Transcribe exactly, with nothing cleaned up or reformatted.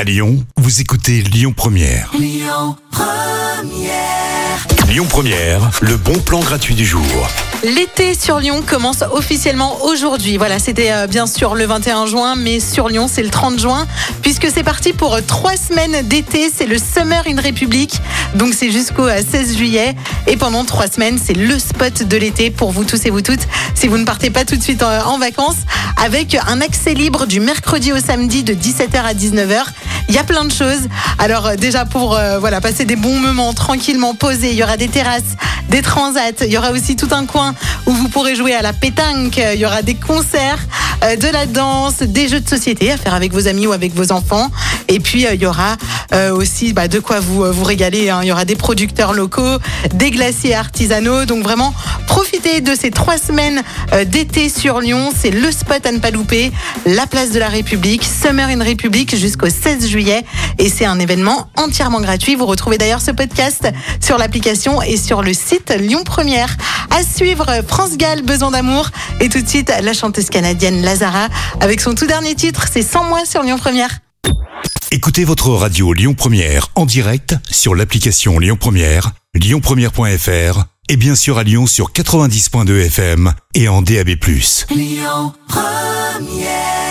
À Lyon, vous écoutez Lyon Première. Lyon Première. Lyon Première, le bon plan gratuit du jour. L'été sur Lyon commence officiellement aujourd'hui. Voilà, c'était euh, bien sûr le vingt et un juin, mais sur Lyon, c'est le trente juin, puisque c'est parti pour euh, trois semaines d'été. C'est le Summer in République, donc c'est jusqu'au euh, seize juillet. Et pendant trois semaines, c'est le spot de l'été pour vous tous et vous toutes, si vous ne partez pas tout de suite en, en vacances, avec un accès libre du mercredi au samedi de dix-sept heures à dix-neuf heures. Il y a plein de choses. Alors euh, déjà pour euh, voilà passer des bons moments tranquillement posés, il y aura des terrasses, des transats, il y aura aussi tout un coin où vous pourrez jouer à la pétanque, il y aura des concerts, euh, de la danse, des jeux de société à faire avec vos amis ou avec vos enfants. Et puis euh, il y aura euh, aussi bah, de quoi vous vous régaler, hein. Il y aura des producteurs locaux, des glaciers artisanaux. Donc vraiment profitez de ces trois semaines euh, d'été sur Lyon. C'est le spot à ne pas louper, la place de la République, Summer in République jusqu'au seize juillet. Et c'est un événement entièrement gratuit. Vous retrouvez d'ailleurs ce podcast sur l'application et sur le site Lyon Première. À suivre, France Gall, Besoin d'amour. Et tout de suite, la chanteuse canadienne Lazara avec son tout dernier titre, c'est Sans moi sur Lyon Première. Écoutez votre radio Lyon Première en direct sur l'application Lyon Première, lyon première point f r et bien sûr à Lyon sur quatre-vingt-dix point deux F M et en D A B plus. Lyon Première.